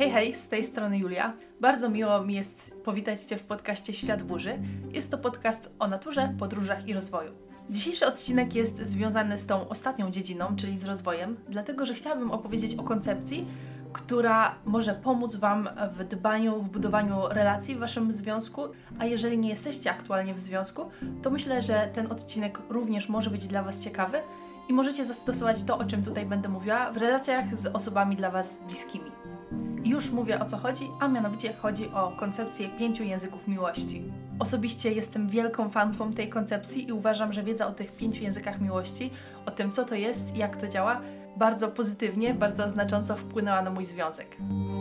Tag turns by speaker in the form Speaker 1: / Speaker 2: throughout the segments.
Speaker 1: Hej, hej, z tej strony Julia. Bardzo miło mi jest powitać Cię w podcaście Świat Burzy. Jest to podcast o naturze, podróżach i rozwoju. Dzisiejszy odcinek jest związany z tą ostatnią dziedziną, czyli z rozwojem, dlatego że chciałabym opowiedzieć o koncepcji, która może pomóc Wam w dbaniu, w budowaniu relacji w Waszym związku, a jeżeli nie jesteście aktualnie w związku, to myślę, że ten odcinek również może być dla Was ciekawy i możecie zastosować to, o czym tutaj będę mówiła, w relacjach z osobami dla Was bliskimi. I już mówię, o co chodzi, a mianowicie chodzi o koncepcję 5 języków miłości. Osobiście jestem wielką fanką tej koncepcji i uważam, że wiedza o tych 5 językach miłości, o tym, co to jest i jak to działa, bardzo pozytywnie, bardzo znacząco wpłynęła na mój związek.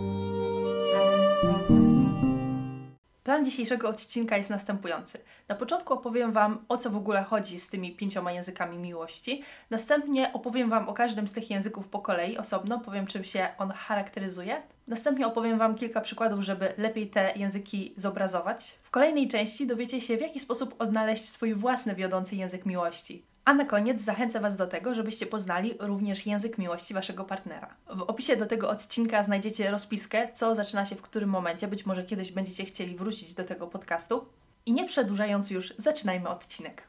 Speaker 1: Plan dzisiejszego odcinka jest następujący. Na początku opowiem Wam, o co w ogóle chodzi z tymi 5 językami miłości. Następnie opowiem Wam o każdym z tych języków po kolei, osobno, powiem, czym się on charakteryzuje. Następnie opowiem Wam kilka przykładów, żeby lepiej te języki zobrazować. W kolejnej części dowiecie się, w jaki sposób odnaleźć swój własny wiodący język miłości. A na koniec zachęcę Was do tego, żebyście poznali również język miłości Waszego partnera. W opisie do tego odcinka znajdziecie rozpiskę, co zaczyna się w którym momencie. Być może kiedyś będziecie chcieli wrócić do tego podcastu. I nie przedłużając już, zaczynajmy odcinek.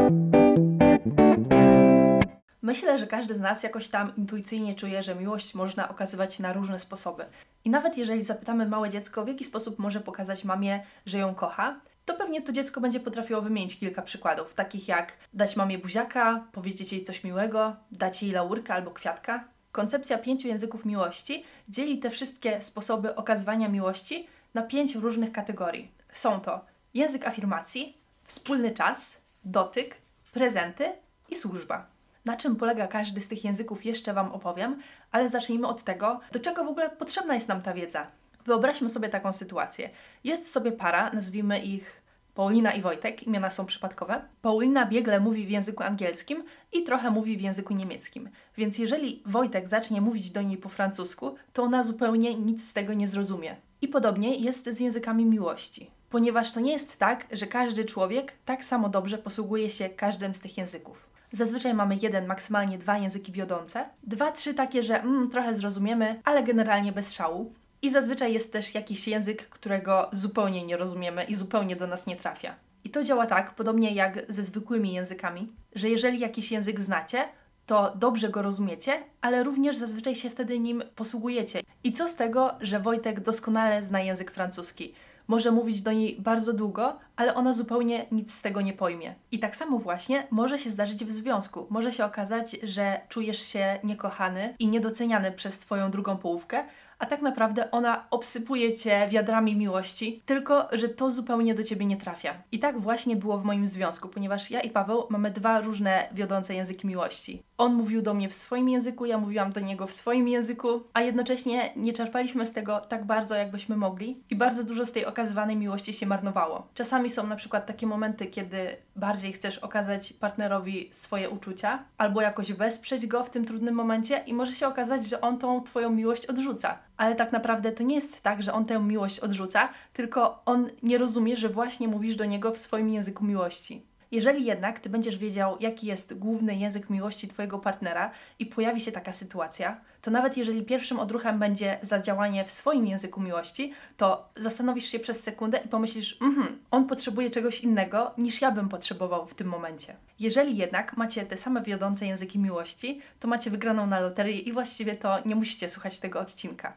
Speaker 1: Myślę, że każdy z nas jakoś tam intuicyjnie czuje, że miłość można okazywać na różne sposoby. I nawet jeżeli zapytamy małe dziecko, w jaki sposób może pokazać mamie, że ją kocha, to pewnie to dziecko będzie potrafiło wymienić kilka przykładów, takich jak dać mamie buziaka, powiedzieć jej coś miłego, dać jej laurkę albo kwiatka. Koncepcja 5 języków miłości dzieli te wszystkie sposoby okazywania miłości na 5 różnych kategorii. Są to język afirmacji, wspólny czas, dotyk, prezenty i służba. Na czym polega każdy z tych języków jeszcze Wam opowiem, ale zacznijmy od tego, do czego w ogóle potrzebna jest nam ta wiedza. Wyobraźmy sobie taką sytuację. Jest sobie para, nazwijmy ich Paulina i Wojtek, imiona są przypadkowe. Paulina biegle mówi w języku angielskim i trochę mówi w języku niemieckim. Więc jeżeli Wojtek zacznie mówić do niej po francusku, to ona zupełnie nic z tego nie zrozumie. I podobnie jest z językami miłości. Ponieważ to nie jest tak, że każdy człowiek tak samo dobrze posługuje się każdym z tych języków. Zazwyczaj mamy 1, maksymalnie 2 języki wiodące. 2, 3 takie, że trochę zrozumiemy, ale generalnie bez szału. I zazwyczaj jest też jakiś język, którego zupełnie nie rozumiemy i zupełnie do nas nie trafia. I to działa tak, podobnie jak ze zwykłymi językami, że jeżeli jakiś język znacie, to dobrze go rozumiecie, ale również zazwyczaj się wtedy nim posługujecie. I co z tego, że Wojtek doskonale zna język francuski? Może mówić do niej bardzo długo, ale ona zupełnie nic z tego nie pojmie. I tak samo właśnie może się zdarzyć w związku. Może się okazać, że czujesz się niekochany i niedoceniany przez Twoją drugą połówkę, a tak naprawdę ona obsypuje Cię wiadrami miłości, tylko że to zupełnie do Ciebie nie trafia. I tak właśnie było w moim związku, ponieważ ja i Paweł mamy 2 różne wiodące języki miłości. On mówił do mnie w swoim języku, ja mówiłam do niego w swoim języku, a jednocześnie nie czerpaliśmy z tego tak bardzo, jakbyśmy mogli i bardzo dużo z tej okazywanej miłości się marnowało. Czasami są na przykład takie momenty, kiedy bardziej chcesz okazać partnerowi swoje uczucia albo jakoś wesprzeć go w tym trudnym momencie i może się okazać, że on tą Twoją miłość odrzuca. Ale tak naprawdę to nie jest tak, że on tę miłość odrzuca, tylko on nie rozumie, że właśnie mówisz do niego w swoim języku miłości. Jeżeli jednak Ty będziesz wiedział, jaki jest główny język miłości Twojego partnera i pojawi się taka sytuacja, to nawet jeżeli pierwszym odruchem będzie zadziałanie w swoim języku miłości, to zastanowisz się przez sekundę i pomyślisz, on potrzebuje czegoś innego, niż ja bym potrzebował w tym momencie. Jeżeli jednak macie te same wiodące języki miłości, to macie wygraną na loterię i właściwie to nie musicie słuchać tego odcinka.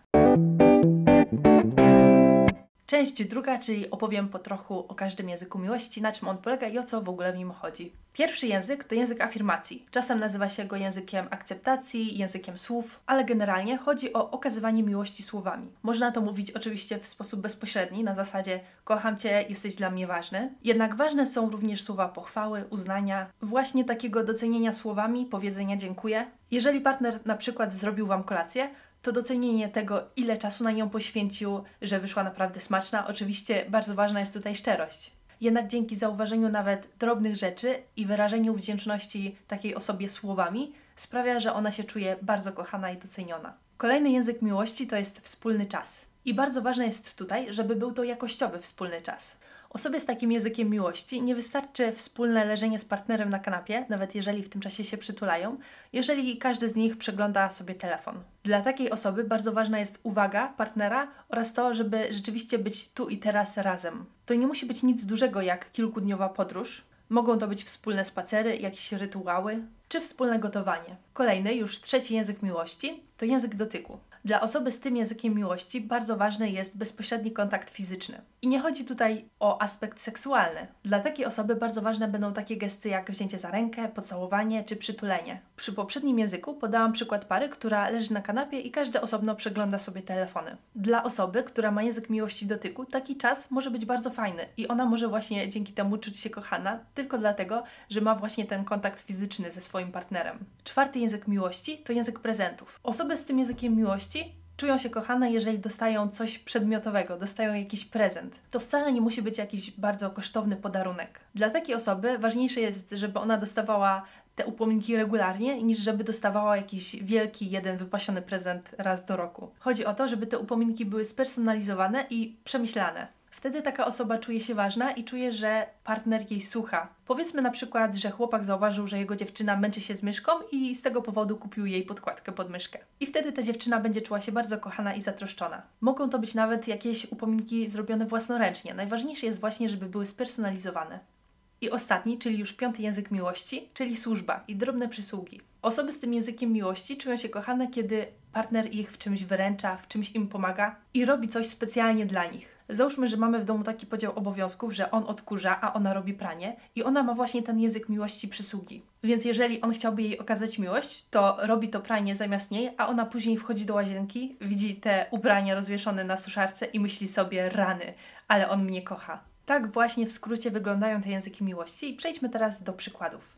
Speaker 1: Część druga, czyli opowiem po trochu o każdym języku miłości, na czym on polega i o co w ogóle w nim chodzi. Pierwszy język to język afirmacji. Czasem nazywa się go językiem akceptacji, językiem słów, ale generalnie chodzi o okazywanie miłości słowami. Można to mówić oczywiście w sposób bezpośredni, na zasadzie kocham Cię, jesteś dla mnie ważny. Jednak ważne są również słowa pochwały, uznania, właśnie takiego docenienia słowami, powiedzenia dziękuję. Jeżeli partner na przykład zrobił Wam kolację, to docenienie tego, ile czasu na nią poświęcił, że wyszła naprawdę smaczna. Oczywiście bardzo ważna jest tutaj szczerość. Jednak dzięki zauważeniu nawet drobnych rzeczy i wyrażeniu wdzięczności takiej osobie słowami sprawia, że ona się czuje bardzo kochana i doceniona. Kolejny język miłości to jest wspólny czas. I bardzo ważne jest tutaj, żeby był to jakościowy wspólny czas. Osobie z takim językiem miłości nie wystarczy wspólne leżenie z partnerem na kanapie, nawet jeżeli w tym czasie się przytulają, jeżeli każdy z nich przegląda sobie telefon. Dla takiej osoby bardzo ważna jest uwaga partnera oraz to, żeby rzeczywiście być tu i teraz razem. To nie musi być nic dużego jak kilkudniowa podróż. Mogą to być wspólne spacery, jakieś rytuały czy wspólne gotowanie. Kolejny, już trzeci język miłości to język dotyku. Dla osoby z tym językiem miłości bardzo ważny jest bezpośredni kontakt fizyczny. I nie chodzi tutaj o aspekt seksualny. Dla takiej osoby bardzo ważne będą takie gesty jak wzięcie za rękę, pocałowanie czy przytulenie. Przy poprzednim języku podałam przykład pary, która leży na kanapie i każdy osobno przegląda sobie telefony. Dla osoby, która ma język miłości dotyku, taki czas może być bardzo fajny i ona może właśnie dzięki temu czuć się kochana tylko dlatego, że ma właśnie ten kontakt fizyczny ze swoim partnerem. Czwarty język miłości to język prezentów. Osoby z tym językiem miłości czują się kochane, jeżeli dostają coś przedmiotowego, dostają jakiś prezent. To wcale nie musi być jakiś bardzo kosztowny podarunek. Dla takiej osoby ważniejsze jest, żeby ona dostawała te upominki regularnie, niż żeby dostawała jakiś wielki, jeden wypasiony prezent raz do roku. Chodzi o to, żeby te upominki były spersonalizowane i przemyślane. Wtedy taka osoba czuje się ważna i czuje, że partner jej słucha. Powiedzmy na przykład, że chłopak zauważył, że jego dziewczyna męczy się z myszką i z tego powodu kupił jej podkładkę pod myszkę. I wtedy ta dziewczyna będzie czuła się bardzo kochana i zatroszczona. Mogą to być nawet jakieś upominki zrobione własnoręcznie. Najważniejsze jest właśnie, żeby były spersonalizowane. I ostatni, czyli już piąty język miłości, czyli służba i drobne przysługi. Osoby z tym językiem miłości czują się kochane, kiedy partner ich w czymś wyręcza, w czymś im pomaga i robi coś specjalnie dla nich. Załóżmy, że mamy w domu taki podział obowiązków, że on odkurza, a ona robi pranie i ona ma właśnie ten język miłości przysługi. Więc jeżeli on chciałby jej okazać miłość, to robi to pranie zamiast niej, a ona później wchodzi do łazienki, widzi te ubrania rozwieszone na suszarce i myśli sobie: rany, ale on mnie kocha. Tak właśnie w skrócie wyglądają te języki miłości i przejdźmy teraz do przykładów.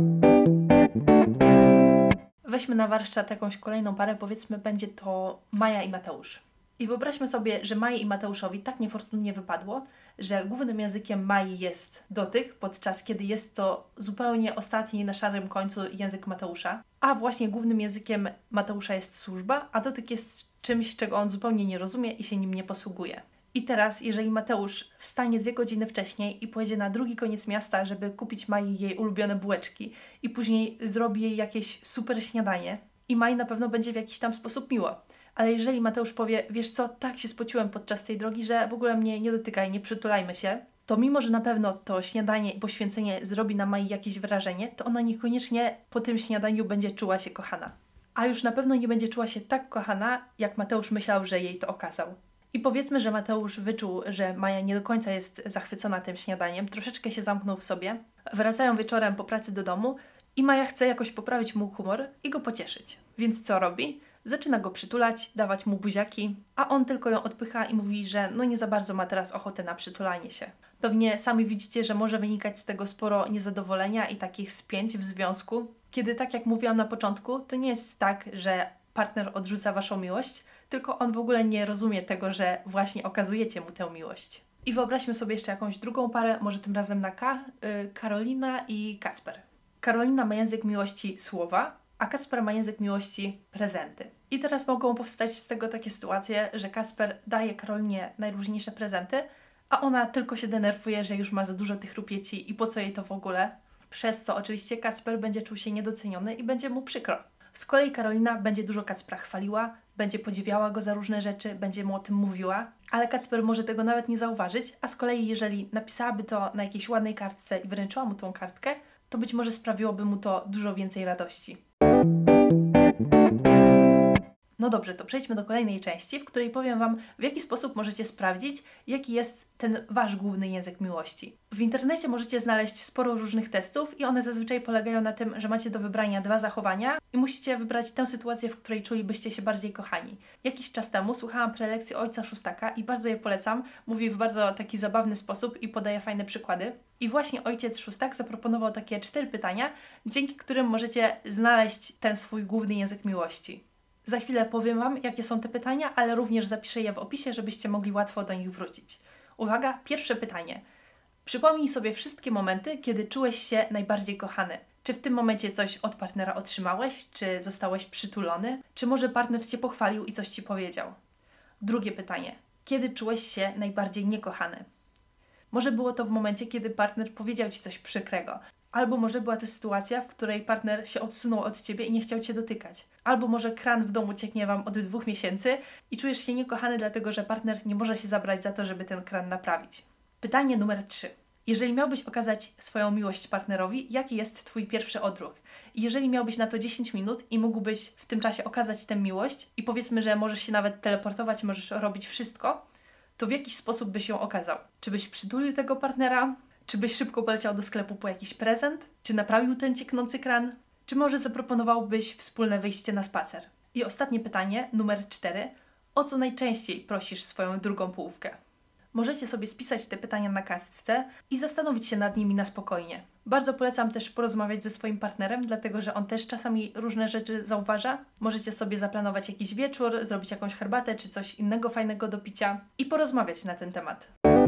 Speaker 1: Weźmy na warsztat jakąś kolejną parę, powiedzmy będzie to Maja i Mateusz. I wyobraźmy sobie, że Maji i Mateuszowi tak niefortunnie wypadło, że głównym językiem Mai jest dotyk, podczas kiedy jest to zupełnie ostatni na szarym końcu język Mateusza, a właśnie głównym językiem Mateusza jest służba, a dotyk jest czymś, czego on zupełnie nie rozumie i się nim nie posługuje. I teraz, jeżeli Mateusz wstanie 2 godziny wcześniej i pojedzie na drugi koniec miasta, żeby kupić Mai jej ulubione bułeczki i później zrobi jej jakieś super śniadanie i Mai na pewno będzie w jakiś tam sposób miło. Ale jeżeli Mateusz powie: wiesz co, tak się spociłem podczas tej drogi, że w ogóle mnie nie dotykaj, nie przytulajmy się, to mimo, że na pewno to śniadanie i poświęcenie zrobi na Mai jakieś wrażenie, to ona niekoniecznie po tym śniadaniu będzie czuła się kochana. A już na pewno nie będzie czuła się tak kochana, jak Mateusz myślał, że jej to okazał. I powiedzmy, że Mateusz wyczuł, że Maja nie do końca jest zachwycona tym śniadaniem, troszeczkę się zamknął w sobie, wracają wieczorem po pracy do domu i Maja chce jakoś poprawić mu humor i go pocieszyć. Więc co robi? Zaczyna go przytulać, dawać mu buziaki, a on tylko ją odpycha i mówi, że no nie za bardzo ma teraz ochotę na przytulanie się. Pewnie sami widzicie, że może wynikać z tego sporo niezadowolenia i takich spięć w związku, kiedy, tak jak mówiłam na początku, to nie jest tak, że partner odrzuca waszą miłość, tylko on w ogóle nie rozumie tego, że właśnie okazujecie mu tę miłość. I wyobraźmy sobie jeszcze jakąś drugą parę, może tym razem na K, Karolina i Kacper. Karolina ma język miłości słowa, a Kacper ma język miłości prezenty. I teraz mogą powstać z tego takie sytuacje, że Kacper daje Karolinie najróżniejsze prezenty, a ona tylko się denerwuje, że już ma za dużo tych rupieci i po co jej to w ogóle, przez co oczywiście Kacper będzie czuł się niedoceniony i będzie mu przykro. Z kolei Karolina będzie dużo Kacpra chwaliła, będzie podziwiała go za różne rzeczy, będzie mu o tym mówiła, ale Kacper może tego nawet nie zauważyć, a z kolei jeżeli napisałaby to na jakiejś ładnej kartce i wręczyła mu tą kartkę, to być może sprawiłoby mu to dużo więcej radości. No dobrze, to przejdźmy do kolejnej części, w której powiem Wam, w jaki sposób możecie sprawdzić, jaki jest ten Wasz główny język miłości. W internecie możecie znaleźć sporo różnych testów i one zazwyczaj polegają na tym, że macie do wybrania 2 zachowania i musicie wybrać tę sytuację, w której czulibyście się bardziej kochani. Jakiś czas temu słuchałam prelekcji ojca Szóstaka i bardzo je polecam. Mówi w bardzo taki zabawny sposób i podaje fajne przykłady. I właśnie ojciec Szóstak zaproponował takie 4 pytania, dzięki którym możecie znaleźć ten swój główny język miłości. Za chwilę powiem Wam, jakie są te pytania, ale również zapiszę je w opisie, żebyście mogli łatwo do nich wrócić. Uwaga, pierwsze pytanie. Przypomnij sobie wszystkie momenty, kiedy czułeś się najbardziej kochany. Czy w tym momencie coś od partnera otrzymałeś? Czy zostałeś przytulony? Czy może partner Cię pochwalił i coś Ci powiedział? Drugie pytanie. Kiedy czułeś się najbardziej niekochany? Może było to w momencie, kiedy partner powiedział Ci coś przykrego. Albo może była to sytuacja, w której partner się odsunął od Ciebie i nie chciał Cię dotykać. Albo może kran w domu cieknie Wam od 2 miesięcy i czujesz się niekochany dlatego, że partner nie może się zabrać za to, żeby ten kran naprawić. Pytanie numer 3. Jeżeli miałbyś okazać swoją miłość partnerowi, jaki jest Twój pierwszy odruch? I jeżeli miałbyś na to 10 minut i mógłbyś w tym czasie okazać tę miłość i powiedzmy, że możesz się nawet teleportować, możesz robić wszystko, to w jakiś sposób byś ją okazał? Czy byś przytulił tego partnera? Czy byś szybko poleciał do sklepu po jakiś prezent? Czy naprawił ten cieknący kran? Czy może zaproponowałbyś wspólne wyjście na spacer? I ostatnie pytanie, numer 4. O co najczęściej prosisz swoją drugą połówkę? Możecie sobie spisać te pytania na kartce i zastanowić się nad nimi na spokojnie. Bardzo polecam też porozmawiać ze swoim partnerem, dlatego że on też czasami różne rzeczy zauważa. Możecie sobie zaplanować jakiś wieczór, zrobić jakąś herbatę czy coś innego fajnego do picia i porozmawiać na ten temat.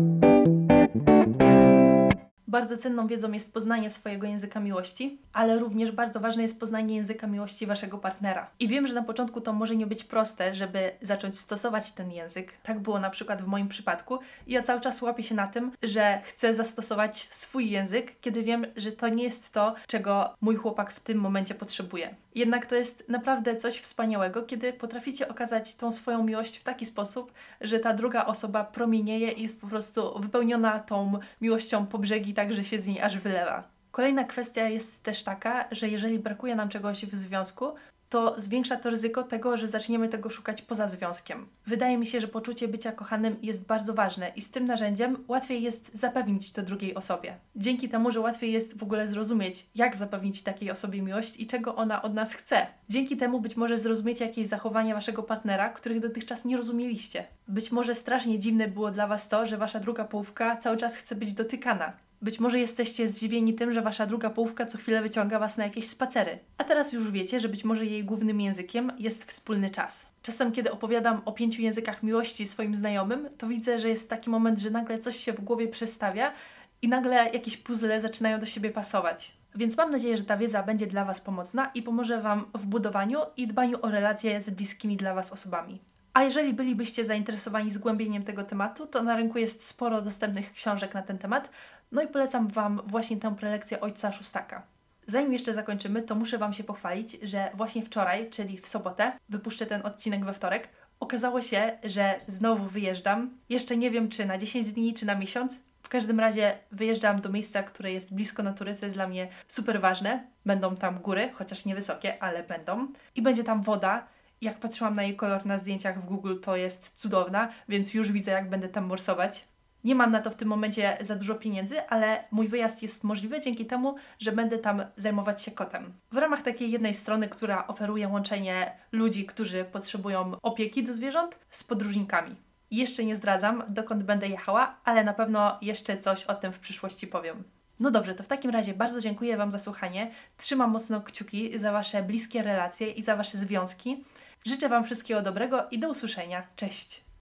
Speaker 1: Bardzo cenną wiedzą jest poznanie swojego języka miłości, ale również bardzo ważne jest poznanie języka miłości Waszego partnera. I wiem, że na początku to może nie być proste, żeby zacząć stosować ten język. Tak było na przykład w moim przypadku i ja cały czas łapię się na tym, że chcę zastosować swój język, kiedy wiem, że to nie jest to, czego mój chłopak w tym momencie potrzebuje. Jednak to jest naprawdę coś wspaniałego, kiedy potraficie okazać tą swoją miłość w taki sposób, że ta druga osoba promienieje i jest po prostu wypełniona tą miłością po brzegi, tak że się z niej aż wylewa. Kolejna kwestia jest też taka, że jeżeli brakuje nam czegoś w związku, to zwiększa to ryzyko tego, że zaczniemy tego szukać poza związkiem. Wydaje mi się, że poczucie bycia kochanym jest bardzo ważne i z tym narzędziem łatwiej jest zapewnić to drugiej osobie. Dzięki temu, że łatwiej jest w ogóle zrozumieć, jak zapewnić takiej osobie miłość i czego ona od nas chce. Dzięki temu być może zrozumiecie jakieś zachowania Waszego partnera, których dotychczas nie rozumieliście. Być może strasznie dziwne było dla Was to, że Wasza druga połówka cały czas chce być dotykana. Być może jesteście zdziwieni tym, że Wasza druga połówka co chwilę wyciąga Was na jakieś spacery. A teraz już wiecie, że być może jej głównym językiem jest wspólny czas. Czasem, kiedy opowiadam o 5 językach miłości swoim znajomym, to widzę, że jest taki moment, że nagle coś się w głowie przestawia i nagle jakieś puzzle zaczynają do siebie pasować. Więc mam nadzieję, że ta wiedza będzie dla Was pomocna i pomoże Wam w budowaniu i dbaniu o relacje z bliskimi dla Was osobami. A jeżeli bylibyście zainteresowani zgłębieniem tego tematu, to na rynku jest sporo dostępnych książek na ten temat, no i polecam Wam właśnie tę prelekcję Ojca Szóstaka. Zanim jeszcze zakończymy, to muszę Wam się pochwalić, że właśnie wczoraj, czyli w sobotę, wypuszczę ten odcinek we wtorek, okazało się, że znowu wyjeżdżam. Jeszcze nie wiem, czy na 10 dni, czy na miesiąc. W każdym razie wyjeżdżam do miejsca, które jest blisko natury, co jest dla mnie super ważne. Będą tam góry, chociaż niewysokie, ale będą. I będzie tam woda. Jak patrzyłam na jej kolor na zdjęciach w Google, to jest cudowna, więc już widzę, jak będę tam morsować. Nie mam na to w tym momencie za dużo pieniędzy, ale mój wyjazd jest możliwy dzięki temu, że będę tam zajmować się kotem. W ramach takiej jednej strony, która oferuje łączenie ludzi, którzy potrzebują opieki do zwierząt, z podróżnikami. Jeszcze nie zdradzam, dokąd będę jechała, ale na pewno jeszcze coś o tym w przyszłości powiem. No dobrze, to w takim razie bardzo dziękuję Wam za słuchanie. Trzymam mocno kciuki za Wasze bliskie relacje i za Wasze związki. Życzę Wam wszystkiego dobrego i do usłyszenia. Cześć!